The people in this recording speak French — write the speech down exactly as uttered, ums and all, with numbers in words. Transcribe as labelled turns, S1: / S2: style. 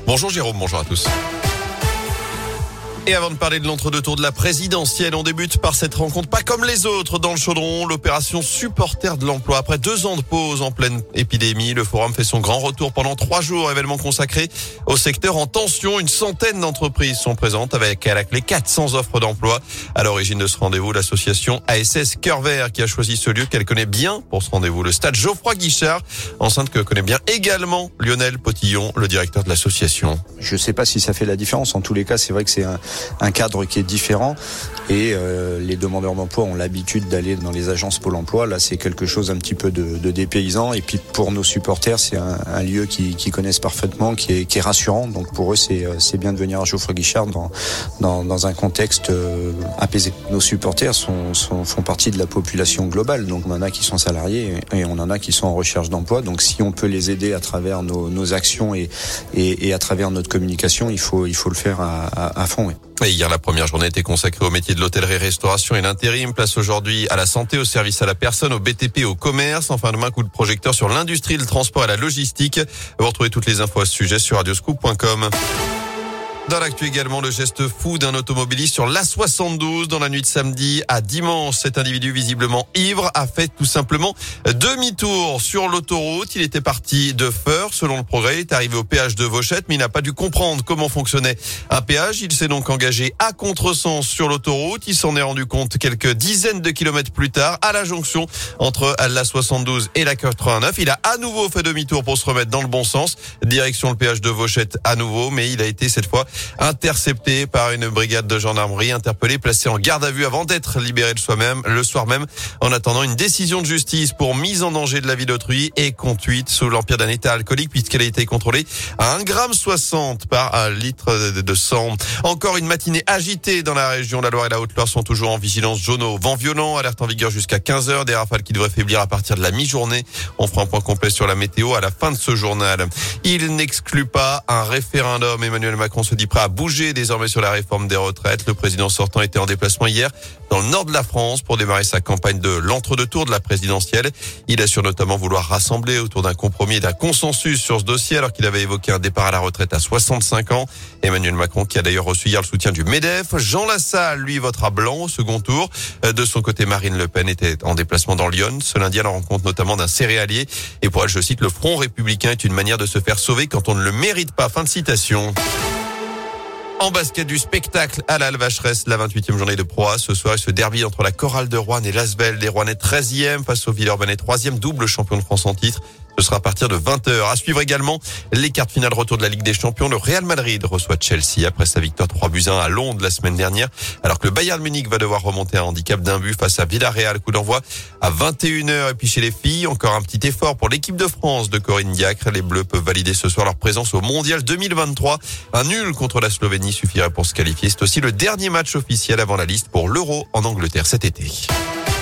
S1: Bonjour Jérôme, bonjour à tous. Et avant de parler de l'entre-deux tours de la présidentielle, on débute par cette rencontre pas comme les autres dans le chaudron, l'opération supporter de l'emploi. Après deux ans de pause en pleine épidémie, le forum fait son grand retour pendant trois jours, événement consacré au secteur en tension. Une centaine d'entreprises sont présentes avec à la clé quatre cents offres d'emploi. À l'origine de ce rendez-vous, l'association A S S Cœur Vert qui a choisi ce lieu qu'elle connaît bien pour ce rendez-vous, le stade Geoffroy Guichard, enceinte que connaît bien également Lionel Potillon, le directeur de l'association.
S2: Je ne sais pas si ça fait la différence. En tous les cas, c'est vrai que c'est un un cadre qui est différent et euh, les demandeurs d'emploi ont l'habitude d'aller dans les agences Pôle emploi. Là, c'est quelque chose un petit peu de, de dépaysant. Et puis pour nos supporters, c'est un, un lieu qu'ils qui connaissent parfaitement, qui est, qui est rassurant. Donc pour eux, c'est, c'est bien de venir à Geoffroy Guichard dans, dans, dans un contexte euh, apaisé. Nos supporters sont, sont, font partie de la population globale. Donc on en a qui sont salariés et on en a qui sont en recherche d'emploi. Donc si on peut les aider à travers nos, nos actions et, et, et à travers notre communication, il faut, il faut le faire à, à, à fond. Oui.
S1: Et hier, la première journée était consacrée au métier de l'hôtellerie-restauration et l'intérim. Place aujourd'hui à la santé, au service à la personne, au B T P, au commerce. Enfin, demain, coup de projecteur sur l'industrie, le transport et la logistique. Vous retrouvez toutes les infos à ce sujet sur radioscoop point com. Dans l'actu également, le geste fou d'un automobiliste sur l'A soixante-douze dans la nuit de samedi à dimanche. Cet individu visiblement ivre a fait tout simplement demi-tour sur l'autoroute. Il était parti de Feur, selon le progrès. Il est arrivé au péage de Vauchette, mais il n'a pas dû comprendre comment fonctionnait un péage. Il s'est donc engagé à contresens sur l'autoroute. Il s'en est rendu compte quelques dizaines de kilomètres plus tard à la jonction entre l'A soixante-douze et la quatre-vingt-neuf. Il a à nouveau fait demi-tour pour se remettre dans le bon sens. Direction le péage de Vauchette à nouveau, mais il a été cette fois intercepté par une brigade de gendarmerie, interpellé, placé en garde à vue avant d'être libéré le soir même, le soir même, en attendant une décision de justice pour mise en danger de la vie d'autrui et conduite sous l'empire d'un état alcoolique puisqu'elle a été contrôlée à un virgule soixante grammes par un litre de sang. Encore une matinée agitée dans la région. La Loire et la Haute-Loire sont toujours en vigilance jaune au vent violent, alerte en vigueur jusqu'à quinze heures, des rafales qui devraient faiblir à partir de la mi-journée. On fera un point complet sur la météo à la fin de ce journal. Il n'exclut pas un référendum. Emmanuel Macron se dit prêt à bouger désormais sur la réforme des retraites. Le président sortant était en déplacement hier dans le nord de la France pour démarrer sa campagne de l'entre-deux tours de la présidentielle. Il assure notamment vouloir rassembler autour d'un compromis et d'un consensus sur ce dossier alors qu'il avait évoqué un départ à la retraite à soixante-cinq ans. Emmanuel Macron qui a d'ailleurs reçu hier le soutien du MEDEF. Jean Lassalle, lui, votera blanc au second tour. De son côté, Marine Le Pen était en déplacement dans Lyon. Ce lundi, à la rencontre notamment d'un céréalier. Et pour elle, je cite, le front républicain est une manière de se faire sauver quand on ne le mérite pas. Fin de citation. En basket, du spectacle à la Vacheresse, la vingt-huitième journée de Pro A. Ce soir, ce derby entre la Chorale de Roanne et l'Asvel. Les Rouennais treizième face au Villeurbanais troisième, double champion de France en titre. Ce sera à partir de vingt heures. À suivre également les quarts de finale retour de la Ligue des Champions. Le Real Madrid reçoit Chelsea après sa victoire trois buts à un à Londres la semaine dernière. Alors que le Bayern Munich va devoir remonter un handicap d'un but face à Villarreal. Coup d'envoi à vingt et une heures. Et puis chez les filles, encore un petit effort pour l'équipe de France de Corinne Diacre. Les Bleus peuvent valider ce soir leur présence au Mondial deux mille vingt-trois. Un nul contre la Slovénie suffirait pour se qualifier. C'est aussi le dernier match officiel avant la liste pour l'Euro en Angleterre cet été.